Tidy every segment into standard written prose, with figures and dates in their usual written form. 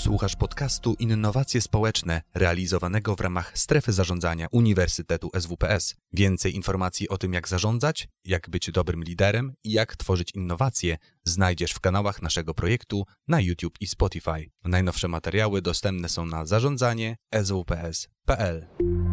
Słuchasz podcastu Innowacje Społeczne, realizowanego w ramach Strefy Zarządzania Uniwersytetu SWPS. Więcej informacji o tym, jak zarządzać, jak być dobrym liderem i jak tworzyć innowacje, znajdziesz w kanałach naszego projektu na YouTube i Spotify. Najnowsze materiały dostępne są na zarządzanie.swps.pl.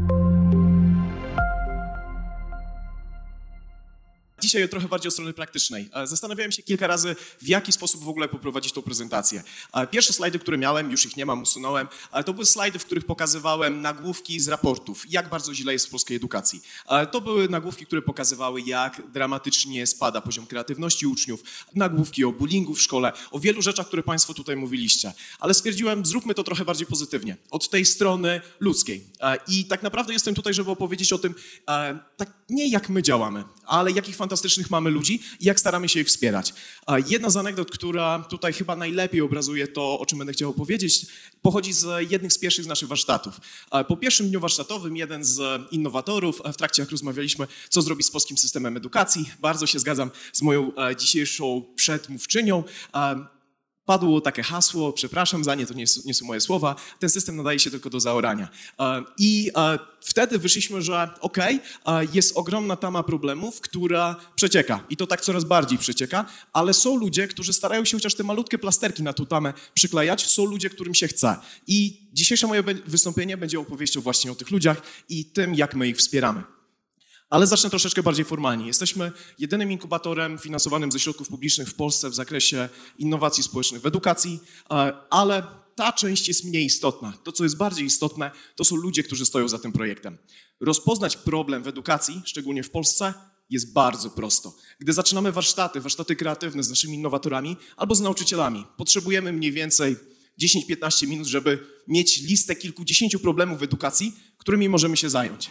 Dzisiaj trochę bardziej o strony praktycznej. Zastanawiałem się kilka razy, w jaki sposób w ogóle poprowadzić tą prezentację. Pierwsze slajdy, które miałem, już ich nie mam, usunąłem, to były slajdy, w których pokazywałem nagłówki z raportów, jak bardzo źle jest w polskiej edukacji. To były nagłówki, które pokazywały, jak dramatycznie spada poziom kreatywności uczniów, nagłówki o bullyingu w szkole, o wielu rzeczach, które Państwo tutaj mówiliście. Ale stwierdziłem, zróbmy to trochę bardziej pozytywnie, od tej strony ludzkiej. I tak naprawdę jestem tutaj, żeby opowiedzieć o tym, tak nie jak my działamy, ale jakich fantastycznych mamy ludzi i jak staramy się ich wspierać. Jedna z anegdot, która tutaj chyba najlepiej obrazuje to, o czym będę chciał opowiedzieć, pochodzi z jednych z pierwszych z naszych warsztatów. Po pierwszym dniu warsztatowym jeden z innowatorów, w trakcie jak rozmawialiśmy, co zrobić z polskim systemem edukacji, bardzo się zgadzam z moją dzisiejszą przedmówczynią, padło takie hasło, przepraszam za nie, to nie są moje słowa, ten system nadaje się tylko do zaorania. I wtedy wyszliśmy, że jest ogromna tama problemów, która przecieka i to tak coraz bardziej przecieka, ale są ludzie, którzy starają się chociaż te malutkie plasterki na tą tamę przyklejać, są ludzie, którym się chce. I dzisiejsze moje wystąpienie będzie opowieścią właśnie o tych ludziach i tym, jak my ich wspieramy. Ale zacznę troszeczkę bardziej formalnie. Jesteśmy jedynym inkubatorem finansowanym ze środków publicznych w Polsce w zakresie innowacji społecznych w edukacji, ale ta część jest mniej istotna. To, co jest bardziej istotne, to są ludzie, którzy stoją za tym projektem. Rozpoznać problem w edukacji, szczególnie w Polsce, jest bardzo prosto. Gdy zaczynamy warsztaty kreatywne z naszymi innowatorami albo z nauczycielami, potrzebujemy mniej więcej 10-15 minut, żeby mieć listę kilkudziesięciu problemów w edukacji, którymi możemy się zająć.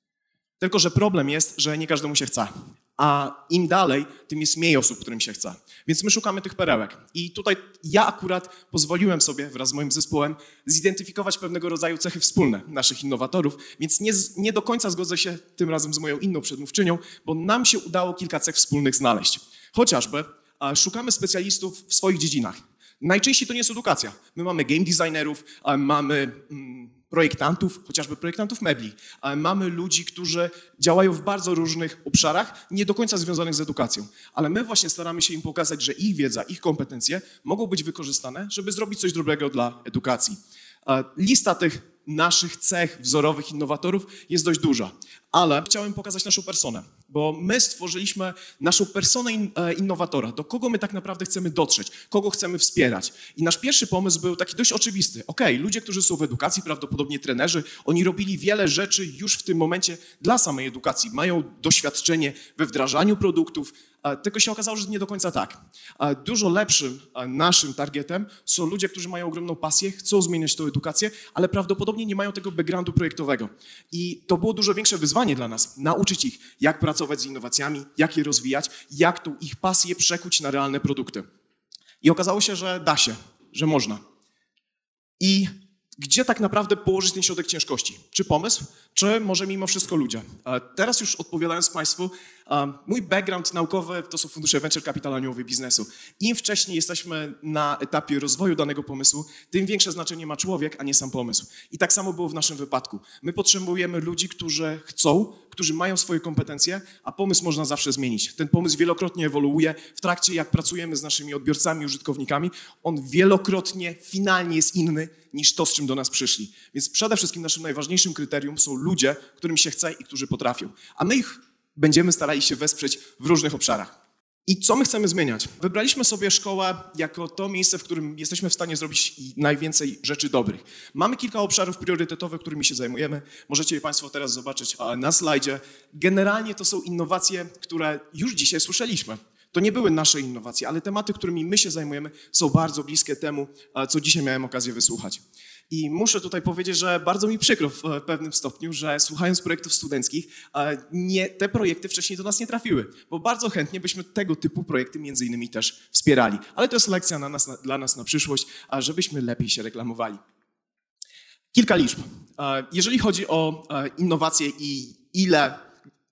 Tylko że problem jest, że nie każdemu się chce. A im dalej, tym jest mniej osób, którym się chce. Więc my szukamy tych perełek. I tutaj ja akurat pozwoliłem sobie wraz z moim zespołem zidentyfikować pewnego rodzaju cechy wspólne naszych innowatorów, więc nie do końca zgodzę się tym razem z moją inną przedmówczynią, bo nam się udało kilka cech wspólnych znaleźć. Chociażby szukamy specjalistów w swoich dziedzinach. Najczęściej to nie jest edukacja. My mamy game designerów, mamy projektantów, chociażby projektantów mebli. Mamy ludzi, którzy działają w bardzo różnych obszarach, nie do końca związanych z edukacją. Ale my właśnie staramy się im pokazać, że ich wiedza, ich kompetencje mogą być wykorzystane, żeby zrobić coś dobrego dla edukacji. Lista tych naszych cech wzorowych innowatorów jest dość duża, ale chciałem pokazać naszą personę, bo my stworzyliśmy naszą personę innowatora, do kogo my tak naprawdę chcemy dotrzeć, kogo chcemy wspierać. I nasz pierwszy pomysł był taki dość oczywisty. Ludzie, którzy są w edukacji, prawdopodobnie trenerzy, oni robili wiele rzeczy już w tym momencie dla samej edukacji, mają doświadczenie we wdrażaniu produktów, tylko się okazało, że nie do końca tak. Dużo lepszym naszym targetem są ludzie, którzy mają ogromną pasję, chcą zmieniać tę edukację, ale prawdopodobnie nie mają tego backgroundu projektowego. I to było dużo większe wyzwanie dla nas, nauczyć ich, jak pracować z innowacjami, jak je rozwijać, jak tą ich pasję przekuć na realne produkty. I okazało się, że da się, że można. I gdzie tak naprawdę położyć ten środek ciężkości? Czy pomysł, czy może mimo wszystko ludzie? Teraz już odpowiadając Państwu, mój background naukowy to są fundusze venture capital aniołowy biznesu. Im wcześniej jesteśmy na etapie rozwoju danego pomysłu, tym większe znaczenie ma człowiek, a nie sam pomysł. I tak samo było w naszym wypadku. My potrzebujemy ludzi, którzy chcą, którzy mają swoje kompetencje, a pomysł można zawsze zmienić. Ten pomysł wielokrotnie ewoluuje w trakcie, jak pracujemy z naszymi odbiorcami, użytkownikami. On wielokrotnie, finalnie jest inny niż to, z czym do nas przyszli. Więc przede wszystkim naszym najważniejszym kryterium są ludzie, którym się chce i którzy potrafią. A my ich będziemy starali się wesprzeć w różnych obszarach. I co my chcemy zmieniać? Wybraliśmy sobie szkołę jako to miejsce, w którym jesteśmy w stanie zrobić najwięcej rzeczy dobrych. Mamy kilka obszarów priorytetowych, którymi się zajmujemy. Możecie je Państwo teraz zobaczyć na slajdzie. Generalnie to są innowacje, które już dzisiaj słyszeliśmy. To nie były nasze innowacje, ale tematy, którymi my się zajmujemy, są bardzo bliskie temu, co dzisiaj miałem okazję wysłuchać. I muszę tutaj powiedzieć, że bardzo mi przykro w pewnym stopniu, że słuchając projektów studenckich, te projekty wcześniej do nas nie trafiły, bo bardzo chętnie byśmy tego typu projekty między innymi też wspierali. Ale to jest lekcja dla nas na przyszłość, żebyśmy lepiej się reklamowali. Kilka liczb. Jeżeli chodzi o innowacje i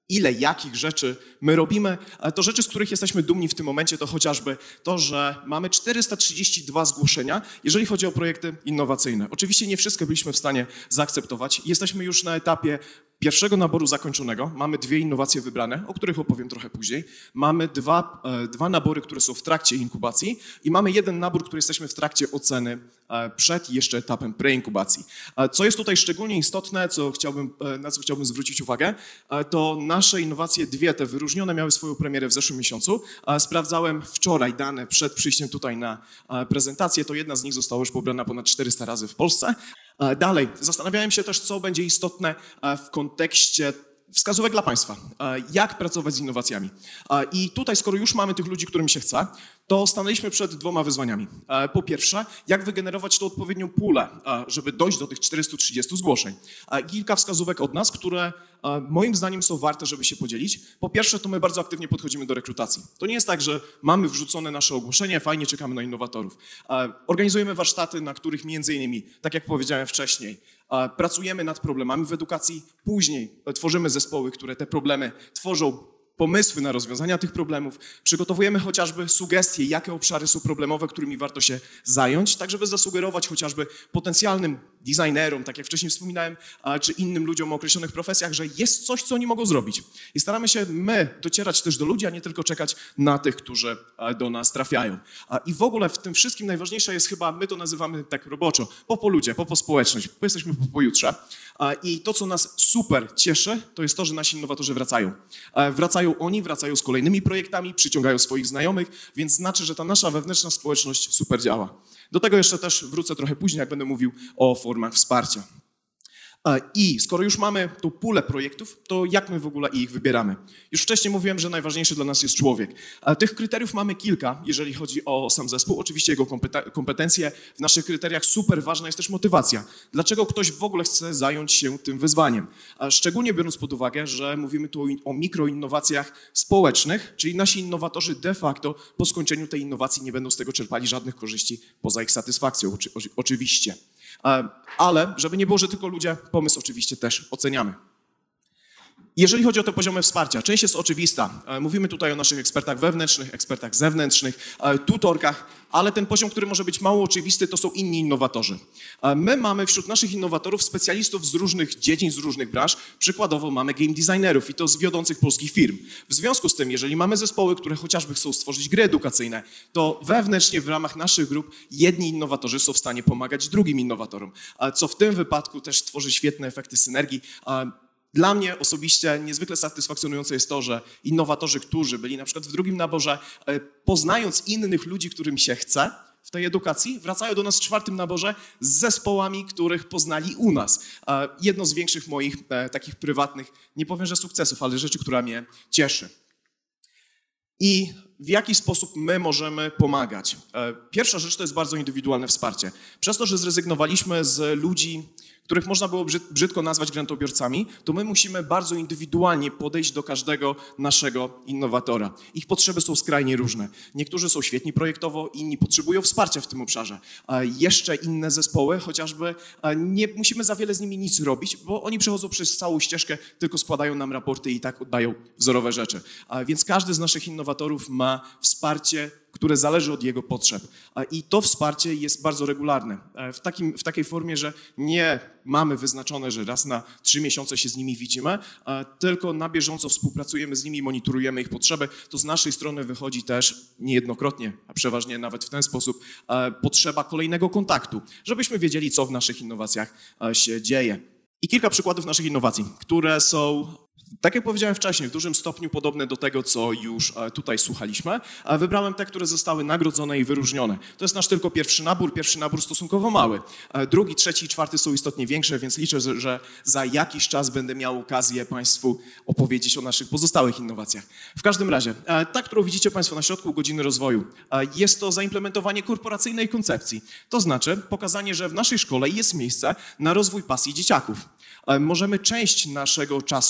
jakich rzeczy my robimy, to rzeczy, z których jesteśmy dumni w tym momencie, to chociażby to, że mamy 432 zgłoszenia, jeżeli chodzi o projekty innowacyjne. Oczywiście nie wszystkie byliśmy w stanie zaakceptować. Jesteśmy już na etapie pierwszego naboru zakończonego. Mamy 2 innowacje wybrane, o których opowiem trochę później. Mamy dwa nabory, które są w trakcie inkubacji i mamy 1 nabór, który jesteśmy w trakcie oceny przed jeszcze etapem preinkubacji. Co jest tutaj szczególnie istotne, na co chciałbym zwrócić uwagę, to nasze innowacje, 2 te wyróżnione, miały swoją premierę w zeszłym miesiącu. Sprawdzałem wczoraj dane przed przyjściem tutaj na prezentację, to jedna z nich została już pobrana ponad 400 razy w Polsce. Dalej, zastanawiałem się też, co będzie istotne w kontekście wskazówek dla Państwa, jak pracować z innowacjami. I tutaj, skoro już mamy tych ludzi, którym się chce, to stanęliśmy przed 2 wyzwaniami. Po pierwsze, jak wygenerować tą odpowiednią pulę, żeby dojść do tych 430 zgłoszeń. Kilka wskazówek od nas, które moim zdaniem są warte, żeby się podzielić. Po pierwsze, to my bardzo aktywnie podchodzimy do rekrutacji. To nie jest tak, że mamy wrzucone nasze ogłoszenie, fajnie czekamy na innowatorów. Organizujemy warsztaty, na których między innymi, tak jak powiedziałem wcześniej, pracujemy nad problemami w edukacji, później tworzymy zespoły, które te problemy tworzą, pomysły na rozwiązania tych problemów, przygotowujemy chociażby sugestie, jakie obszary są problemowe, którymi warto się zająć, tak żeby zasugerować chociażby potencjalnym designerom, tak jak wcześniej wspominałem, czy innym ludziom o określonych profesjach, że jest coś, co oni mogą zrobić. I staramy się my docierać też do ludzi, a nie tylko czekać na tych, którzy do nas trafiają. I w ogóle w tym wszystkim najważniejsze jest chyba, my to nazywamy tak roboczo, popo ludzie, popo społeczność, bo jesteśmy po pojutrze. I to, co nas super cieszy, to jest to, że nasi innowatorzy wracają. Wracają z kolejnymi projektami, przyciągają swoich znajomych, więc znaczy, że ta nasza wewnętrzna społeczność super działa. Do tego jeszcze też wrócę trochę później, jak będę mówił o formach wsparcia. I skoro już mamy tą pulę projektów, to jak my w ogóle ich wybieramy? Już wcześniej mówiłem, że najważniejszy dla nas jest człowiek. Tych kryteriów mamy kilka, jeżeli chodzi o sam zespół. Oczywiście jego kompetencje. W naszych kryteriach super ważna jest też motywacja. Dlaczego ktoś w ogóle chce zająć się tym wyzwaniem? Szczególnie biorąc pod uwagę, że mówimy tu o mikroinnowacjach społecznych, czyli nasi innowatorzy de facto po skończeniu tej innowacji nie będą z tego czerpali żadnych korzyści poza ich satysfakcją, oczywiście. Ale żeby nie było, że tylko ludzie, pomysł oczywiście też oceniamy. Jeżeli chodzi o te poziomy wsparcia, część jest oczywista. Mówimy tutaj o naszych ekspertach wewnętrznych, ekspertach zewnętrznych, tutorkach, ale ten poziom, który może być mało oczywisty, to są inni innowatorzy. My mamy wśród naszych innowatorów specjalistów z różnych dziedzin, z różnych branż. Przykładowo mamy game designerów i to z wiodących polskich firm. W związku z tym, jeżeli mamy zespoły, które chociażby chcą stworzyć gry edukacyjne, to wewnętrznie w ramach naszych grup jedni innowatorzy są w stanie pomagać drugim innowatorom, co w tym wypadku też tworzy świetne efekty synergii. Dla mnie osobiście niezwykle satysfakcjonujące jest to, że innowatorzy, którzy byli na przykład w drugim naborze, poznając innych ludzi, którym się chce w tej edukacji, wracają do nas w 4. naborze z zespołami, których poznali u nas. Jedno z większych moich takich prywatnych, nie powiem, że sukcesów, ale rzeczy, która mnie cieszy. I w jaki sposób my możemy pomagać? Pierwsza rzecz to jest bardzo indywidualne wsparcie. Przez to, że zrezygnowaliśmy z ludzi, których można było brzydko nazwać grantobiorcami, to my musimy bardzo indywidualnie podejść do każdego naszego innowatora. Ich potrzeby są skrajnie różne. Niektórzy są świetni projektowo, inni potrzebują wsparcia w tym obszarze. Jeszcze inne zespoły, chociażby nie musimy za wiele z nimi nic robić, bo oni przechodzą przez całą ścieżkę, tylko składają nam raporty i tak oddają wzorowe rzeczy. Więc każdy z naszych innowatorów ma wsparcie, które zależy od jego potrzeb. I to wsparcie jest bardzo regularne. W takiej formie, że nie mamy wyznaczone, że raz na 3 miesiące się z nimi widzimy, tylko na bieżąco współpracujemy z nimi, monitorujemy ich potrzeby. To z naszej strony wychodzi też niejednokrotnie, a przeważnie nawet w ten sposób, potrzeba kolejnego kontaktu, żebyśmy wiedzieli, co w naszych innowacjach się dzieje. I kilka przykładów naszych innowacji, które są, tak jak powiedziałem wcześniej, w dużym stopniu podobne do tego, co już tutaj słuchaliśmy. Wybrałem te, które zostały nagrodzone i wyróżnione. To jest nasz tylko pierwszy nabór stosunkowo mały. Drugi, trzeci i czwarty są istotnie większe, więc liczę, że za jakiś czas będę miał okazję Państwu opowiedzieć o naszych pozostałych innowacjach. W każdym razie, ta, którą widzicie Państwo na środku godziny rozwoju, jest to zaimplementowanie korporacyjnej koncepcji. To znaczy pokazanie, że w naszej szkole jest miejsce na rozwój pasji dzieciaków. Możemy część naszego czasu podczas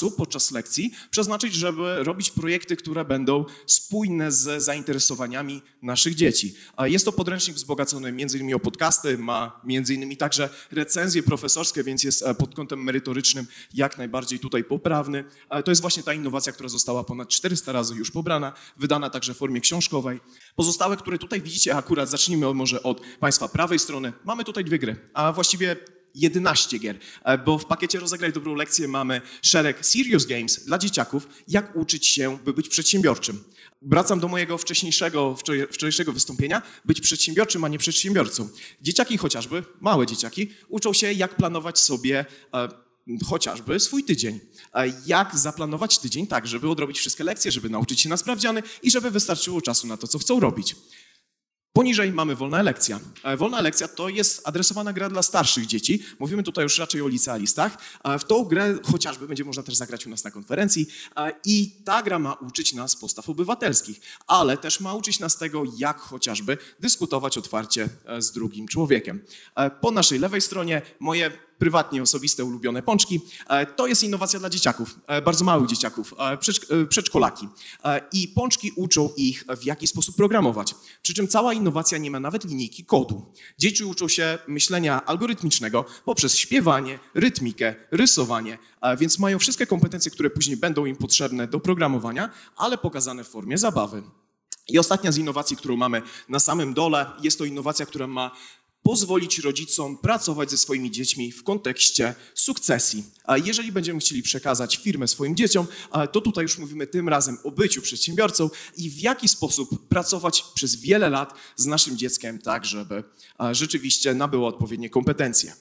z lekcji przeznaczyć, żeby robić projekty, które będą spójne z zainteresowaniami naszych dzieci. Jest to podręcznik wzbogacony m.in. o podcasty, ma m.in. także recenzje profesorskie, więc jest pod kątem merytorycznym jak najbardziej tutaj poprawny. To jest właśnie ta innowacja, która została ponad 400 razy już pobrana, wydana także w formie książkowej. Pozostałe, które tutaj widzicie, akurat zacznijmy może od Państwa prawej strony. Mamy tutaj 2 gry, a właściwie 11 gier, bo w pakiecie Rozegraj dobrą lekcję mamy szereg serious games dla dzieciaków, jak uczyć się, by być przedsiębiorczym. Wracam do mojego wczorajszego wystąpienia, być przedsiębiorczym, a nie przedsiębiorcą. Dzieciaki chociażby, małe dzieciaki, uczą się, jak planować sobie chociażby swój tydzień. Jak zaplanować tydzień tak, żeby odrobić wszystkie lekcje, żeby nauczyć się na sprawdziany i żeby wystarczyło czasu na to, co chcą robić. Poniżej mamy Wolna Lekcja. Wolna Lekcja to jest adresowana gra dla starszych dzieci. Mówimy tutaj już raczej o licealistach. W tą grę chociażby będzie można też zagrać u nas na konferencji i ta gra ma uczyć nas postaw obywatelskich, ale też ma uczyć nas tego, jak chociażby dyskutować otwarcie z drugim człowiekiem. Po naszej lewej stronie moje prywatnie osobiste ulubione pączki. To jest innowacja dla dzieciaków, bardzo małych dzieciaków, przedszkolaki. I pączki uczą ich, w jaki sposób programować. Przy czym cała innowacja nie ma nawet linijki kodu. Dzieci uczą się myślenia algorytmicznego poprzez śpiewanie, rytmikę, rysowanie, więc mają wszystkie kompetencje, które później będą im potrzebne do programowania, ale pokazane w formie zabawy. I ostatnia z innowacji, którą mamy na samym dole, jest to innowacja, która ma pozwolić rodzicom pracować ze swoimi dziećmi w kontekście sukcesji. A jeżeli będziemy chcieli przekazać firmę swoim dzieciom, to tutaj już mówimy tym razem o byciu przedsiębiorcą i w jaki sposób pracować przez wiele lat z naszym dzieckiem tak, żeby rzeczywiście nabyło odpowiednie kompetencje.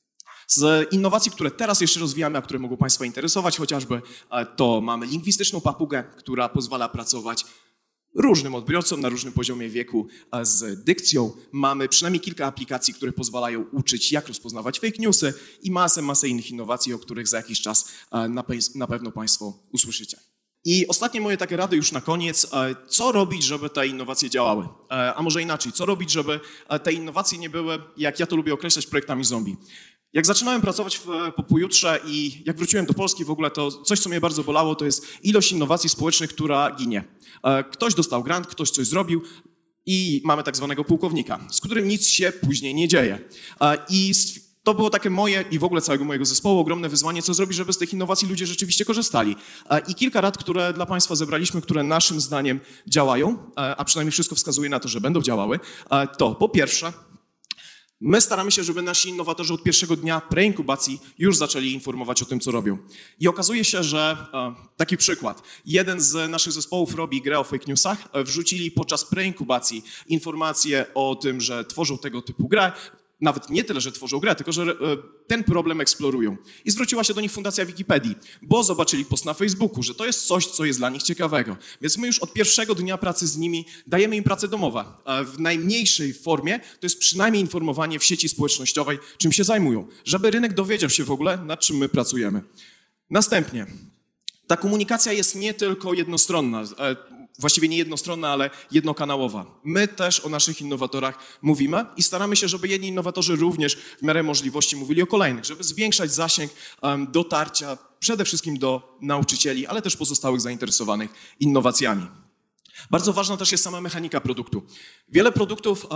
Z innowacji, które teraz jeszcze rozwijamy, a które mogą Państwa interesować chociażby, to mamy lingwistyczną papugę, która pozwala pracować różnym odbiorcom na różnym poziomie wieku z dykcją. Mamy przynajmniej kilka aplikacji, które pozwalają uczyć, jak rozpoznawać fake newsy i masę innych innowacji, o których za jakiś czas na pewno Państwo usłyszycie. I ostatnie moje takie rady już na koniec. Co robić, żeby te innowacje działały? A może inaczej, co robić, żeby te innowacje nie były, jak ja to lubię określać, projektami zombie? Jak zaczynałem pracować po pojutrze i jak wróciłem do Polski w ogóle, to coś, co mnie bardzo bolało, to jest ilość innowacji społecznych, która ginie. Ktoś dostał grant, ktoś coś zrobił i mamy tak zwanego pułkownika, z którym nic się później nie dzieje. I to było takie moje i w ogóle całego mojego zespołu ogromne wyzwanie, co zrobić, żeby z tych innowacji ludzie rzeczywiście korzystali. I kilka rad, które dla Państwa zebraliśmy, które naszym zdaniem działają, a przynajmniej wszystko wskazuje na to, że będą działały, to po pierwsze, my staramy się, żeby nasi innowatorzy od pierwszego dnia preinkubacji już zaczęli informować o tym, co robią. I okazuje się, że taki przykład. Jeden z naszych zespołów robi grę o fake newsach. Wrzucili podczas preinkubacji informacje o tym, że tworzą tego typu grę. Nawet nie tyle, że tworzą grę, tylko że ten problem eksplorują. I zwróciła się do nich Fundacja Wikipedii, bo zobaczyli post na Facebooku, że to jest coś, co jest dla nich ciekawego. Więc my już od pierwszego dnia pracy z nimi dajemy im pracę domową. W najmniejszej formie to jest przynajmniej informowanie w sieci społecznościowej, czym się zajmują, żeby rynek dowiedział się w ogóle, nad czym my pracujemy. Następnie, ta komunikacja jest nie tylko jednostronna, właściwie nie jednostronna, ale jednokanałowa. My też o naszych innowatorach mówimy i staramy się, żeby jedni innowatorzy również w miarę możliwości mówili o kolejnych, żeby zwiększać zasięg dotarcia przede wszystkim do nauczycieli, ale też pozostałych zainteresowanych innowacjami. Bardzo ważna też jest sama mechanika produktu. Wiele produktów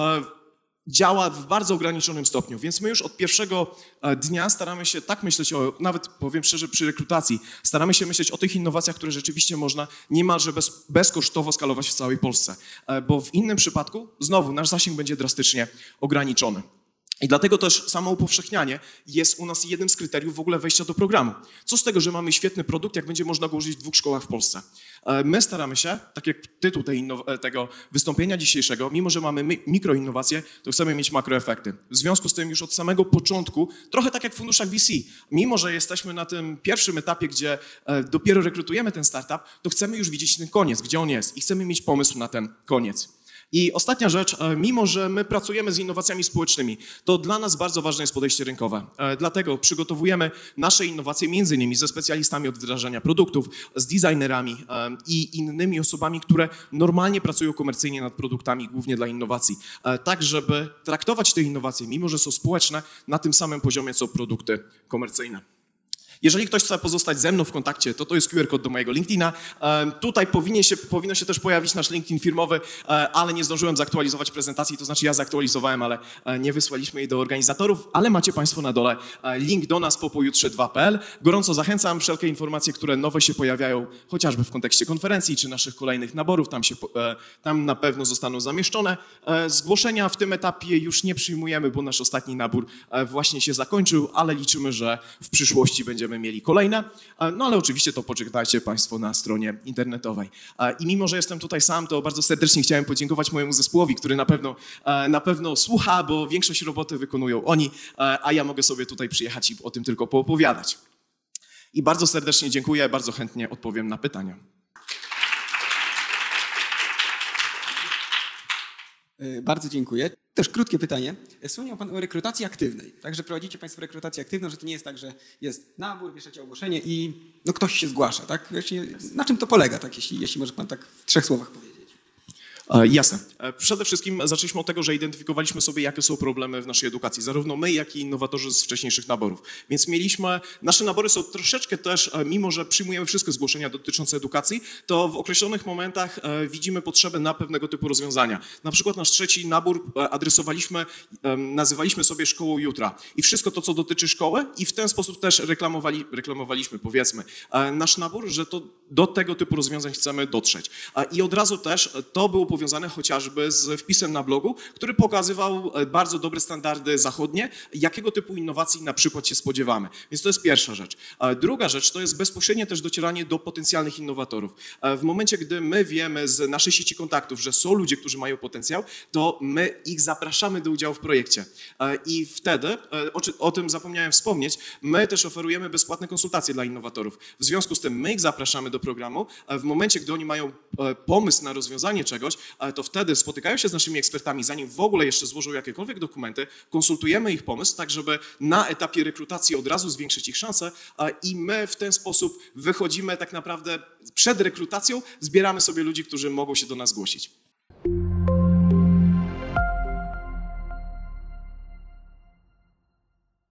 działa w bardzo ograniczonym stopniu, więc my już od pierwszego dnia staramy się tak myśleć, nawet powiem szczerze przy rekrutacji, staramy się myśleć o tych innowacjach, które rzeczywiście można niemalże bezkosztowo skalować w całej Polsce, bo w innym przypadku znowu nasz zasięg będzie drastycznie ograniczony. I dlatego też samo upowszechnianie jest u nas jednym z kryteriów w ogóle wejścia do programu. Co z tego, że mamy świetny produkt, jak będzie można go użyć w 2 szkołach w Polsce? My staramy się, tak jak tytuł tego wystąpienia dzisiejszego, mimo że mamy mikroinnowacje, to chcemy mieć makroefekty. W związku z tym już od samego początku, trochę tak jak w funduszach VC, mimo że jesteśmy na tym pierwszym etapie, gdzie dopiero rekrutujemy ten startup, to chcemy już widzieć ten koniec, gdzie on jest i chcemy mieć pomysł na ten koniec. I ostatnia rzecz, mimo że my pracujemy z innowacjami społecznymi, to dla nas bardzo ważne jest podejście rynkowe. Dlatego przygotowujemy nasze innowacje między innymi ze specjalistami od wdrażania produktów, z designerami i innymi osobami, które normalnie pracują komercyjnie nad produktami, głównie dla innowacji. Tak, żeby traktować te innowacje, mimo że są społeczne, na tym samym poziomie co produkty komercyjne. Jeżeli ktoś chce pozostać ze mną w kontakcie, to jest QR-kod do mojego LinkedIna. Tutaj powinno się też pojawić nasz LinkedIn firmowy, ale nie zdążyłem zaktualizować prezentacji, to znaczy ja zaktualizowałem, ale nie wysłaliśmy jej do organizatorów, ale macie Państwo na dole link do nas po pojutrze2.pl. Gorąco zachęcam, wszelkie informacje, które nowe się pojawiają, chociażby w kontekście konferencji czy naszych kolejnych naborów, tam na pewno zostaną zamieszczone. Zgłoszenia w tym etapie już nie przyjmujemy, bo nasz ostatni nabór właśnie się zakończył, ale liczymy, że w przyszłości będziemy mieli kolejne, no ale oczywiście to poczytajcie Państwo na stronie internetowej. I mimo, że jestem tutaj sam, to bardzo serdecznie chciałem podziękować mojemu zespołowi, który na pewno słucha, bo większość roboty wykonują oni, a ja mogę sobie tutaj przyjechać i o tym tylko poopowiadać. I bardzo serdecznie dziękuję, bardzo chętnie odpowiem na pytania. Bardzo dziękuję. Też krótkie pytanie. Wspomniał Pan o rekrutacji aktywnej. Także prowadzicie Państwo rekrutację aktywną, że to nie jest tak, że jest nabór, wieszacie ogłoszenie i ktoś się zgłasza, tak? Na czym to polega, tak? Jeśli może Pan tak w 3 słowach powiedzieć. Jasne. Przede wszystkim zaczęliśmy od tego, że identyfikowaliśmy sobie, jakie są problemy w naszej edukacji, zarówno my, jak i innowatorzy z wcześniejszych naborów. Więc nasze nabory są troszeczkę też, mimo że przyjmujemy wszystkie zgłoszenia dotyczące edukacji, to w określonych momentach widzimy potrzebę na pewnego typu rozwiązania. Na przykład nasz 3. nabór nazywaliśmy sobie Szkołą Jutra. I wszystko to, co dotyczy szkoły i w ten sposób też reklamowaliśmy, powiedzmy, nasz nabór, że to do tego typu rozwiązań chcemy dotrzeć. I od razu też to było powiązane chociażby z wpisem na blogu, który pokazywał bardzo dobre standardy zachodnie, jakiego typu innowacji na przykład się spodziewamy. Więc to jest pierwsza rzecz. Druga rzecz to jest bezpośrednie też docieranie do potencjalnych innowatorów. W momencie, gdy my wiemy z naszej sieci kontaktów, że są ludzie, którzy mają potencjał, to my ich zapraszamy do udziału w projekcie. I wtedy, o tym zapomniałem wspomnieć, my też oferujemy bezpłatne konsultacje dla innowatorów. W związku z tym my ich zapraszamy do programu. W momencie, gdy oni mają pomysł na rozwiązanie czegoś, to wtedy spotykają się z naszymi ekspertami, zanim w ogóle jeszcze złożą jakiekolwiek dokumenty, konsultujemy ich pomysł, tak żeby na etapie rekrutacji od razu zwiększyć ich szanse i my w ten sposób wychodzimy tak naprawdę przed rekrutacją, zbieramy sobie ludzi, którzy mogą się do nas zgłosić.